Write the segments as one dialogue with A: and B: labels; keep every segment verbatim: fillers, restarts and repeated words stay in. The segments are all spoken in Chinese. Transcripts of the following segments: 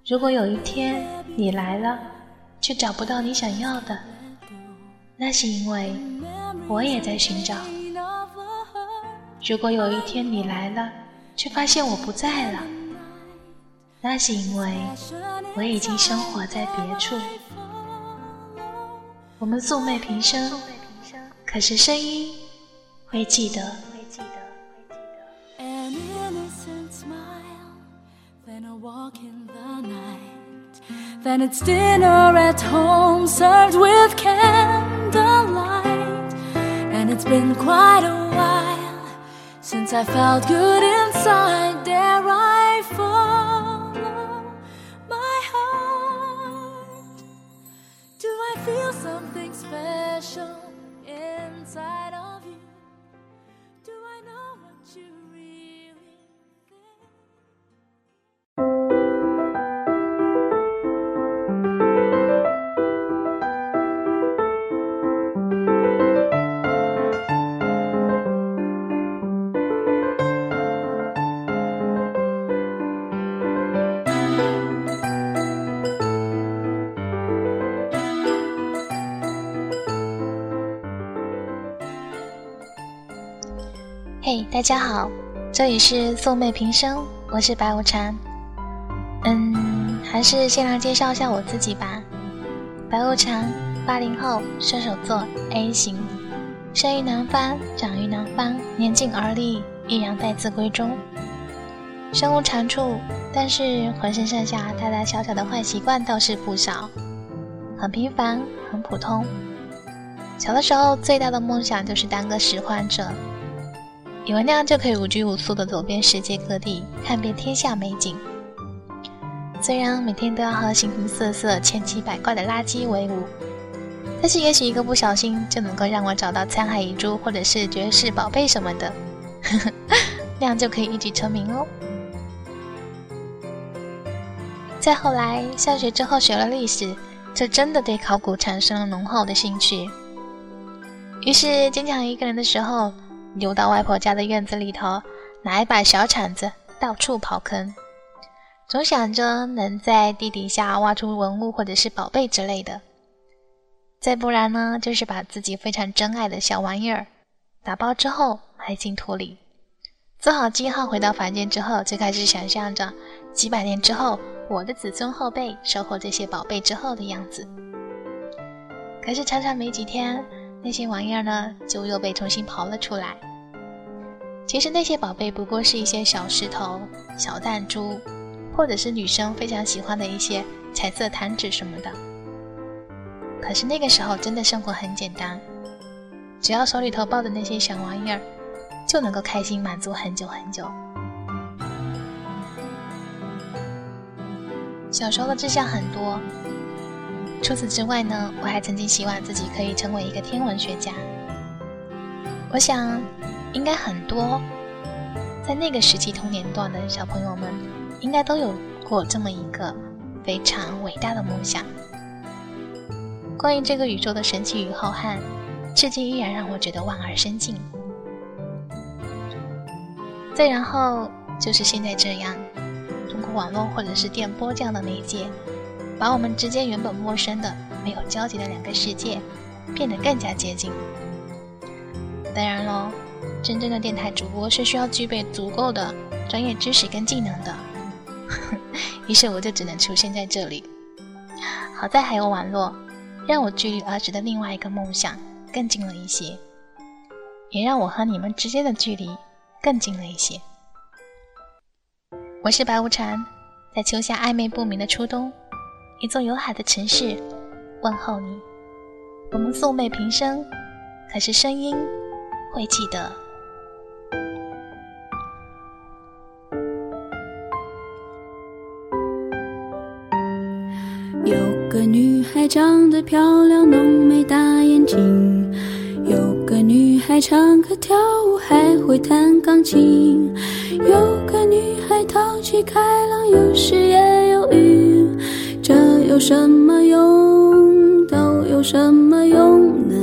A: 如果有一天你来了，却找不到你想要的，那是因为我也在寻找。如果有一天你来了，却发现我不在了，那是因为我已经生活在别处。我们素昧平生，可是声音会记得。
B: An innocent smile, then a walk in the night, then it's dinner at home served with candlelight. And it's been quite a while since I felt good inside. Dare I follow my heart? Do I feel something special inside of you? Do I know what you really think?
A: 嘿、hey, 大家好，这里是素昧平生，我是白无常。嗯，还是先来介绍一下我自己吧。白无常，八零后，射手座 A 型，生于南方，长于南方，年近而立，依然待字闺中。身无长处，但是浑身上下大大小小的坏习惯倒是不少，很平凡，很普通。小的时候最大的梦想就是当个拾荒者，以为那样就可以无拘无束地走遍世界各地，看遍天下美景。虽然每天都要和形形色色、千奇百怪的垃圾为伍，但是也许一个不小心就能够让我找到沧海遗珠或者是绝世宝贝什么的，那样就可以一举成名哦。再后来，上学之后学了历史，就真的对考古产生了浓厚的兴趣。于是经常一个人的时候，溜到外婆家的院子里头，拿一把小铲子到处刨坑，总想着能在地底下挖出文物或者是宝贝之类的。再不然呢，就是把自己非常珍爱的小玩意儿打包之后埋进土里，做好记号，回到房间之后就开始想象着几百年之后我的子孙后辈收获这些宝贝之后的样子。可是常常没几天，那些玩意儿呢就又被重新刨了出来。其实那些宝贝不过是一些小石头、小弹珠，或者是女生非常喜欢的一些彩色弹指什么的。可是那个时候真的生活很简单，只要手里头抱的那些小玩意儿，就能够开心满足很久很久。小时候的志向很多，除此之外呢，我还曾经希望自己可以成为一个天文学家。我想应该很多在那个时期同年段的小朋友们应该都有过这么一个非常伟大的梦想。关于这个宇宙的神奇与浩瀚，至今依然让我觉得望而生敬。再然后就是现在这样，通过网络或者是电波这样的媒介，把我们之间原本陌生的没有交集的两个世界变得更加接近。当然咯，真正的电台主播是需要具备足够的专业知识跟技能的，于是我就只能出现在这里。好在还有网络，让我距离儿时的另外一个梦想更近了一些，也让我和你们之间的距离更近了一些。我是白无常，在秋夏暧昧不明的初冬，一座有海的城市问候你。我们素昧平生，可是声音会记得。
B: 有个女孩长得漂亮，浓眉大眼睛，有个女孩唱歌跳舞还会弹钢琴，有个女孩淘气开朗，有时也有郁，这有什么用，都有什么用呢？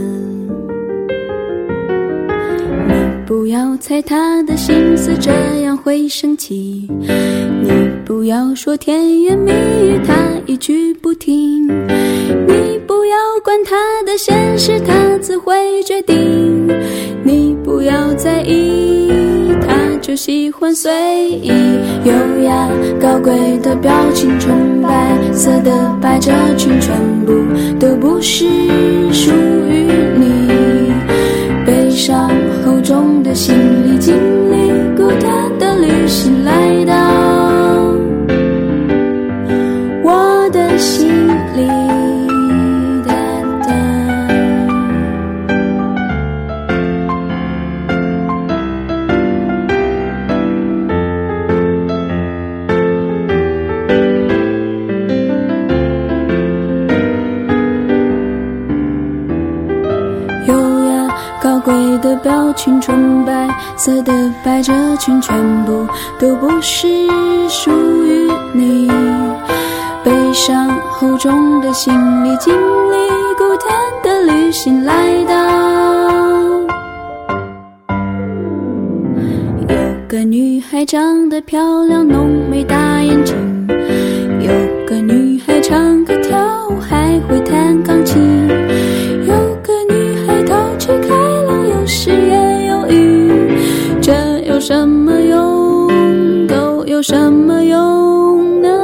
B: 你不要猜她的心思，这样会生气。 你不要说甜言蜜语，他一句不听，你不要管他的现实，他自会决定，你不要在意，他就喜欢随意，优雅高贵的表情，纯白色的百褶裙，全部都不是属于你，悲伤厚重的行李，经历孤单的旅行，来到我的心里。高贵的表情，纯白色的百褶裙，全部都不是属于你，悲伤厚重的行李，经历孤单的旅行，来到有个女孩长得漂亮，浓眉大眼睛，有个女孩唱歌跳舞还会弹钢琴，有个女孩淘气开朗，有时也有语，这有什么用？都有什么用呢？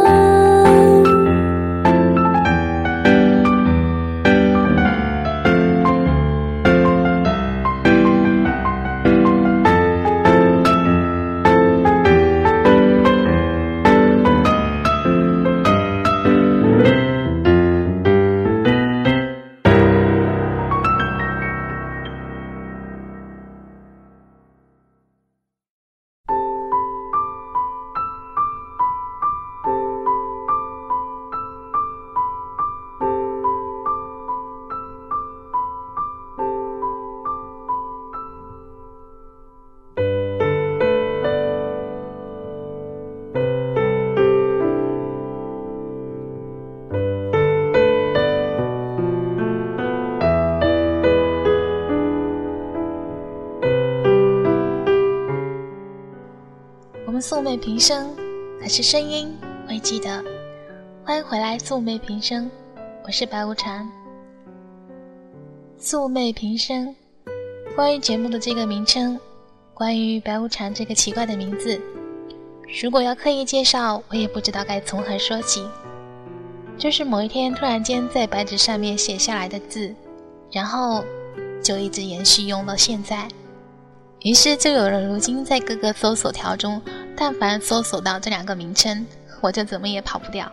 A: 素昧平生，可是声音会记得。欢迎回来素昧平生，我是白无常。素昧平生，关于节目的这个名称，关于白无常这个奇怪的名字，如果要刻意介绍，我也不知道该从何说起。就是某一天突然间在白纸上面写下来的字，然后就一直延续用到现在，于是就有了如今在各个搜索条中，但凡搜索到这两个名称，我就怎么也跑不掉。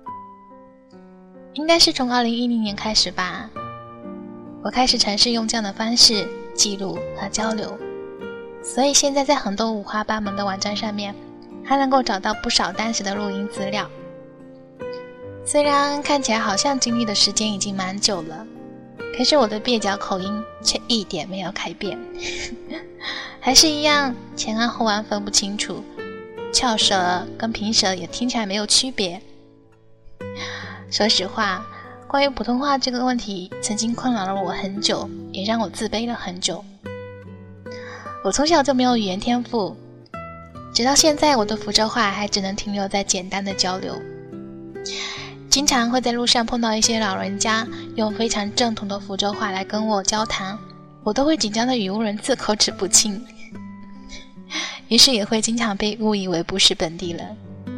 A: 应该是从二零一零年开始吧，我开始尝试用这样的方式记录和交流，所以现在在很多五花八门的网站上面还能够找到不少当时的录音资料。虽然看起来好像经历的时间已经蛮久了，可是我的蹩脚口音却一点没有改变还是一样前岸后岸分不清楚，翘舌跟平舌也听起来没有区别。说实话，关于普通话这个问题曾经困扰了我很久，也让我自卑了很久。我从小就没有语言天赋，直到现在我的福州话还只能停留在简单的交流。经常会在路上碰到一些老人家用非常正统的福州话来跟我交谈，我都会紧张的语无伦次，口齿不清，于是也会经常被误以为不是本地人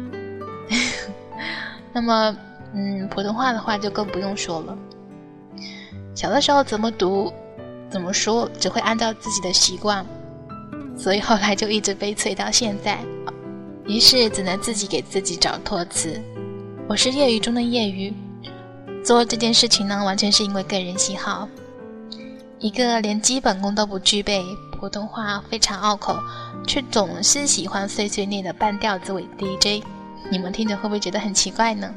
A: 那么嗯，普通话的话就更不用说了，小的时候怎么读怎么说只会按照自己的习惯，所以后来就一直悲催到现在，于是只能自己给自己找托词。我是业余中的业余，做这件事情呢完全是因为个人喜好。一个连基本功都不具备，普通话非常拗口，却总是喜欢碎碎念的半吊子伪 D J， 你们听着会不会觉得很奇怪呢？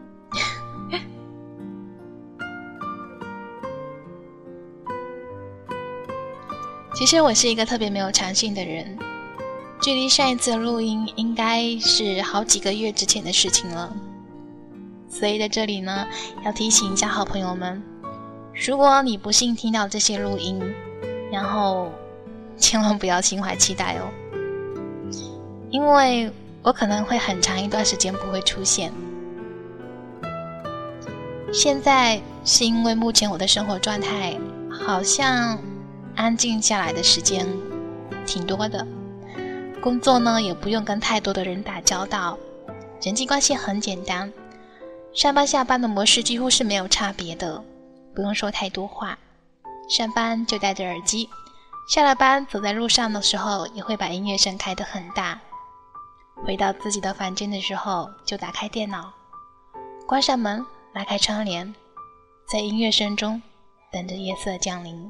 A: 其实我是一个特别没有长性的人，距离上一次的录音应该是好几个月之前的事情了，所以在这里呢要提醒一下好朋友们，如果你不幸听到这些录音，然后千万不要心怀期待哦，因为我可能会很长一段时间不会出现。现在是因为目前我的生活状态好像安静下来的时间挺多的，工作呢也不用跟太多的人打交道，人际关系很简单，上班下班的模式几乎是没有差别的，不用说太多话，上班就戴着耳机，下了班走在路上的时候也会把音乐声开得很大，回到自己的房间的时候就打开电脑，关上门，拉开窗帘，在音乐声中等着夜色降临。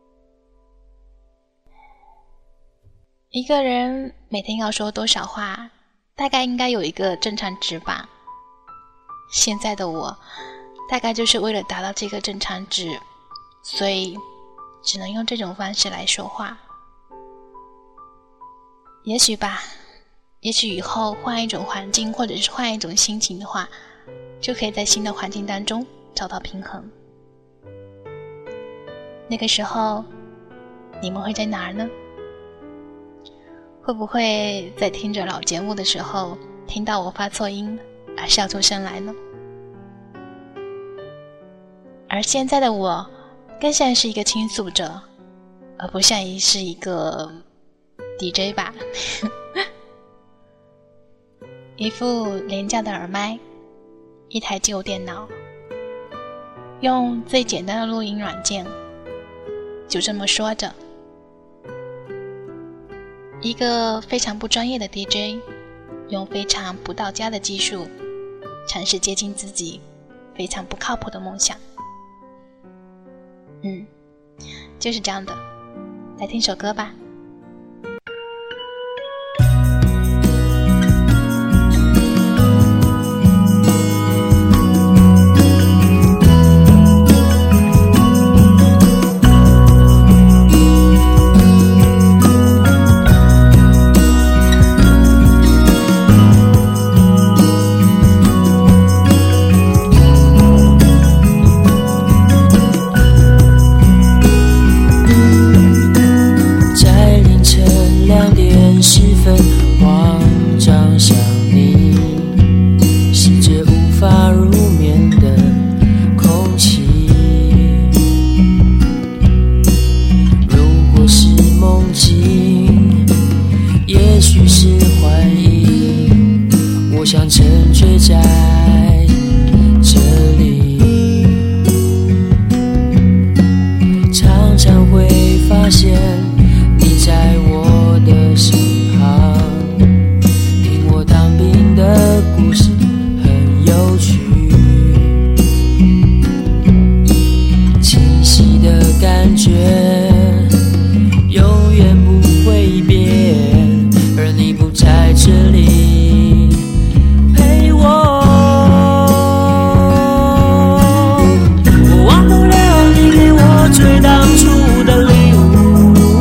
A: 一个人每天要说多少话，大概应该有一个正常值吧。现在的我大概就是为了达到这个正常值，所以只能用这种方式来说话。也许吧，也许以后换一种环境，或者是换一种心情的话，就可以在新的环境当中找到平衡。那个时候你们会在哪儿呢？会不会在听着老节目的时候听到我发错音而笑出声来呢？而现在的我更像是一个倾诉者，而不像是一个 D J 吧。一副廉价的耳麦，一台旧电脑，用最简单的录音软件，就这么说着。一个非常不专业的 D J， 用非常不到家的技术，尝试接近自己非常不靠谱的梦想。嗯，就是这样的。来听首歌吧。
C: 最当初的礼物。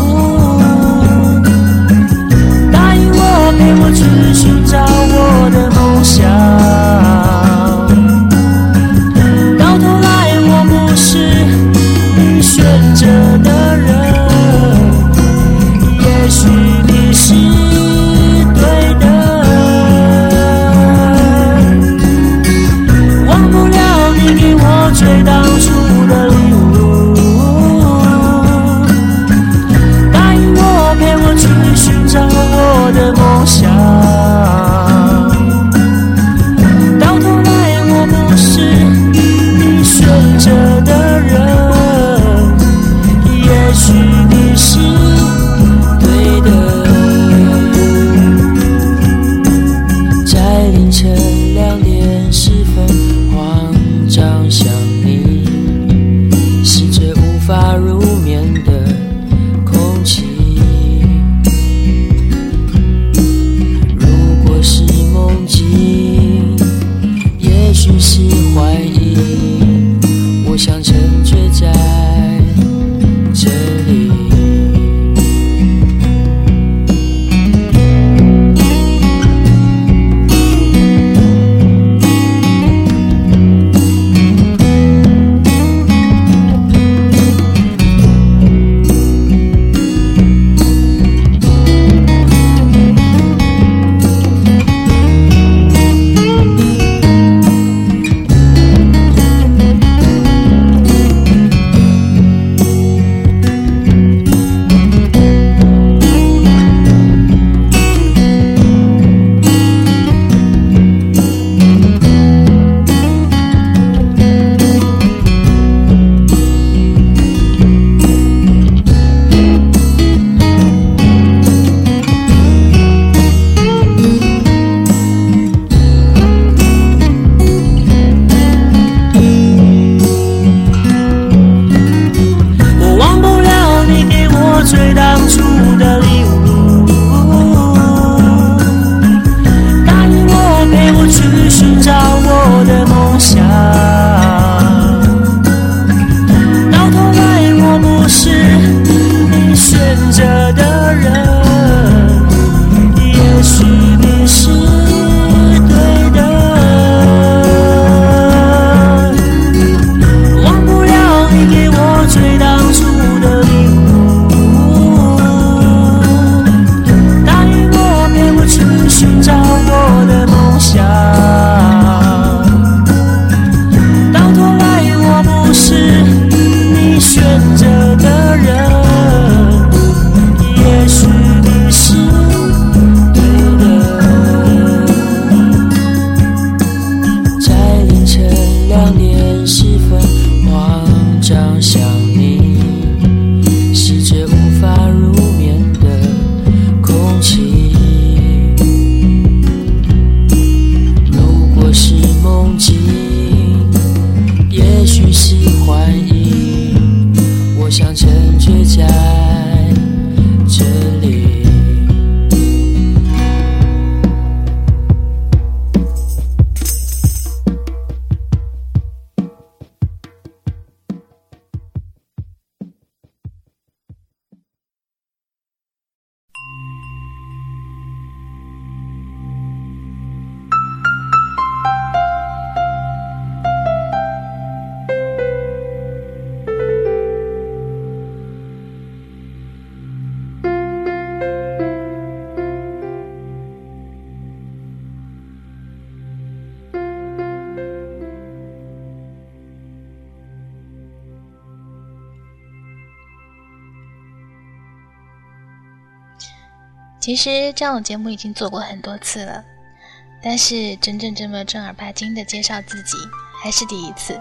A: 其实这样的节目已经做过很多次了，但是真正这么正儿八经的介绍自己还是第一次。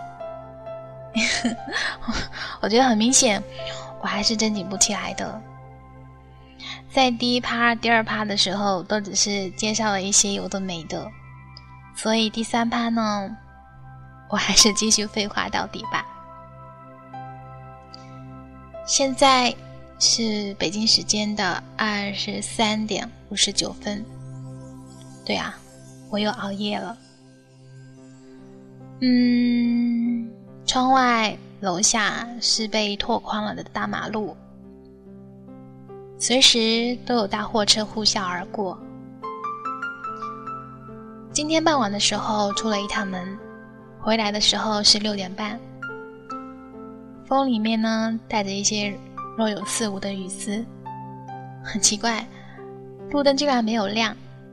A: 我觉得很明显我还是正经不起来的。在第一趴第二趴的时候都只是介绍了一些有的没的，所以第三趴呢，我还是继续废话到底吧。现在是北京时间的二十三点五十九分。对啊，我又熬夜了。嗯，窗外楼下是被拓宽了的大马路，随时都有大货车呼啸而过。今天傍晚的时候出了一趟门，回来的时候是六点半。风里面呢带着一些若有似无的雨丝，很奇怪，路灯竟然没有亮，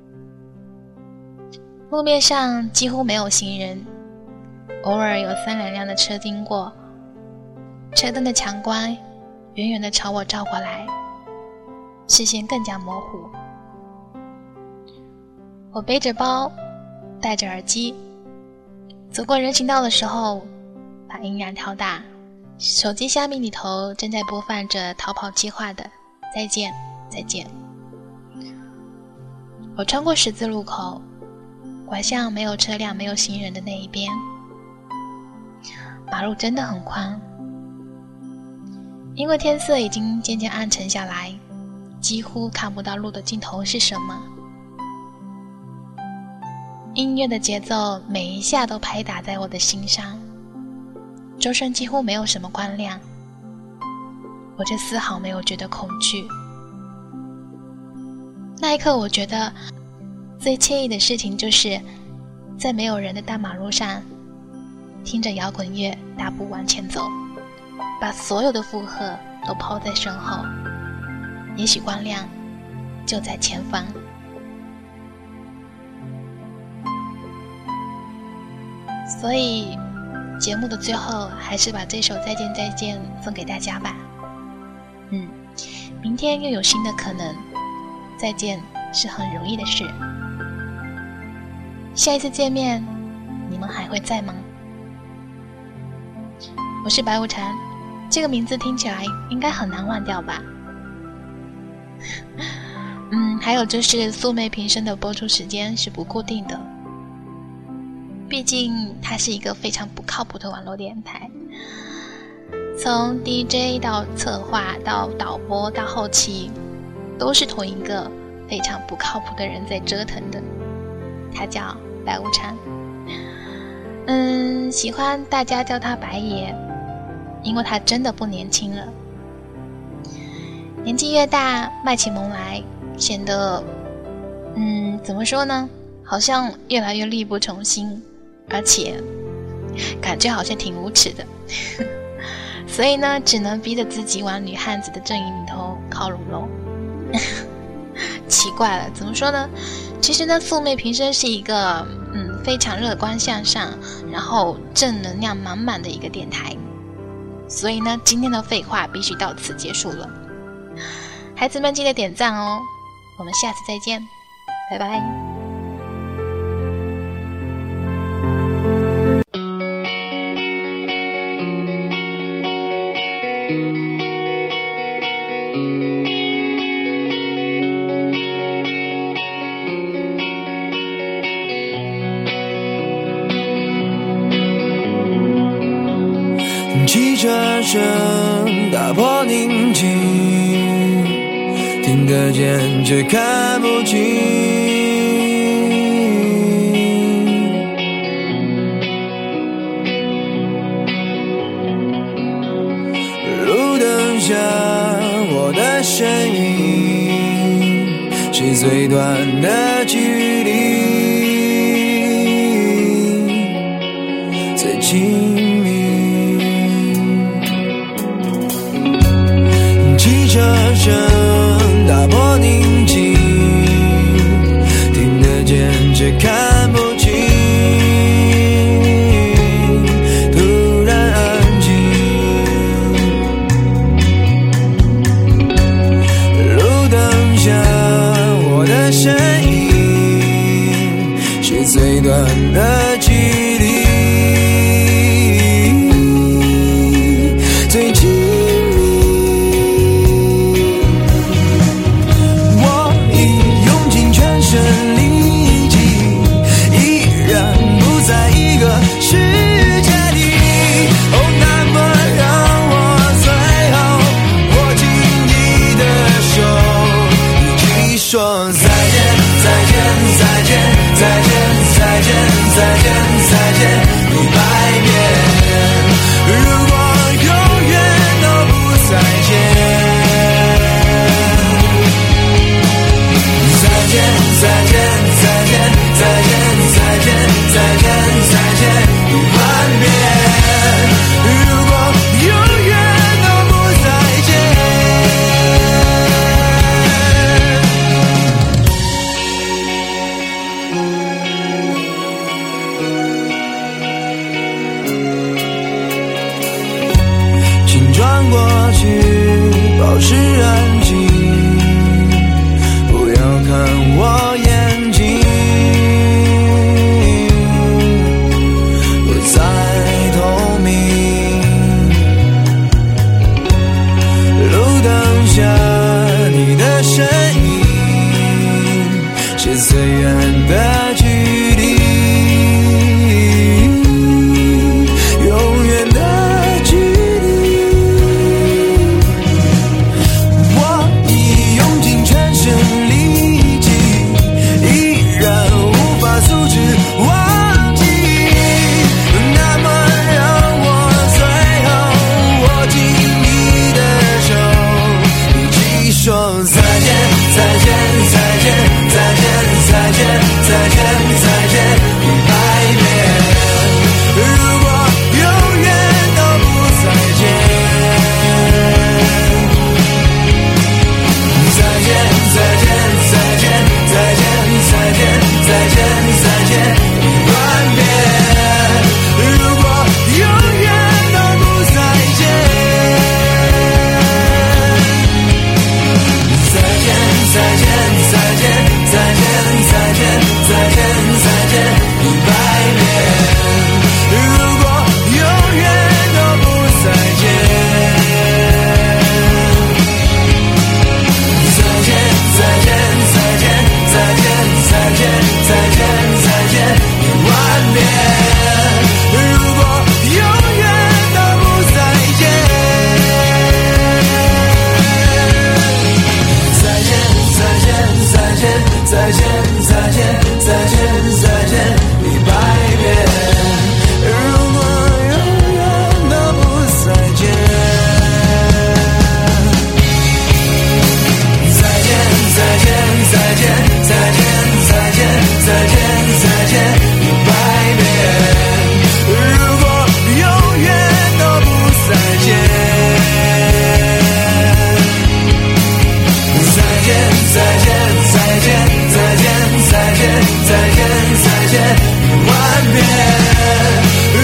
A: 路面上几乎没有行人，偶尔有三两辆的车经过，车灯的强光远远地朝我照过来，视线更加模糊。我背着包，戴着耳机，走过人行道的时候把音量调大，手机虾米里头正在播放着逃跑计划的再见再见。我穿过十字路口，拐向没有车辆没有行人的那一边。马路真的很宽，因为天色已经渐渐暗沉下来，几乎看不到路的尽头是什么。音乐的节奏每一下都拍打在我的心上，周身几乎没有什么光亮，我却丝毫没有觉得恐惧。那一刻我觉得最惬意的事情就是在没有人的大马路上听着摇滚乐大步往前走，把所有的负荷都抛在身后，也许光亮就在前方。所以节目的最后还是把这首再见再见送给大家吧。嗯，明天又有新的可能，再见是很容易的事。下一次见面你们还会在吗？我是白无常，这个名字听起来应该很难忘掉吧。嗯，还有就是素昧平生的播出时间是不固定的，毕竟它是一个非常不靠谱的网络电台，从 D J 到策划到导播到后期都是同一个非常不靠谱的人在折腾的，他叫白无常。嗯，喜欢大家叫他白爷，因为他真的不年轻了，年纪越大卖起萌来显得嗯，怎么说呢，好像越来越力不从心，而且感觉好像挺无耻的。所以呢只能逼着自己往女汉子的阵营里头靠拢喽。奇怪了，怎么说呢，其实呢素昧平生是一个嗯非常乐观向上，然后正能量满满的一个电台，所以呢今天的废话必须到此结束了。孩子们记得点赞哦，我们下次再见，拜拜。
C: 汽车声打破宁静，听得见却看不清，路灯下我的身影是最短的距离，最亲密。汽车声打破宁静，听得见却看不清，突然安静，路灯下最短的距离，最亲密。我已用尽全身力气，依然不在一个世界里。哦，那么让我最后握紧你的手，一起说再见，再见，再见，再见，再见，再见，再见，一百遍。如果永远都不再见，再见，再见，再见，再见，再见，再见，再见，一万遍。如果永远都不再见。请转过去，保持安静，不要看我眼睛，不再透明。路灯下你的身影，是最远的距离，永远的距离。我已用尽全身力气，依然无法阻止忘记。那么让我最后握紧你的手，一起说再见，再见，再见，再见，再见，再见，再见，一百遍。如果永远都不再见。再见，再见，再见，再见，再见，再见，再见，一万遍。如果永远都不再见。再见，再见，再见，再见，再见，再见，再见，一百遍。如果永远都不再见。再见，再见，再见，再见，再见，再见，再见，一万遍。如果永远都不再见。再见，再见，再见，再见，再见，再见，再见，一百遍。如果永远都不再见。再见，再见，再见，再见，再见，再见，再见，一百遍。如果永远都不再见。再见，再见，再见，再见，再见，再见，再见，一万遍。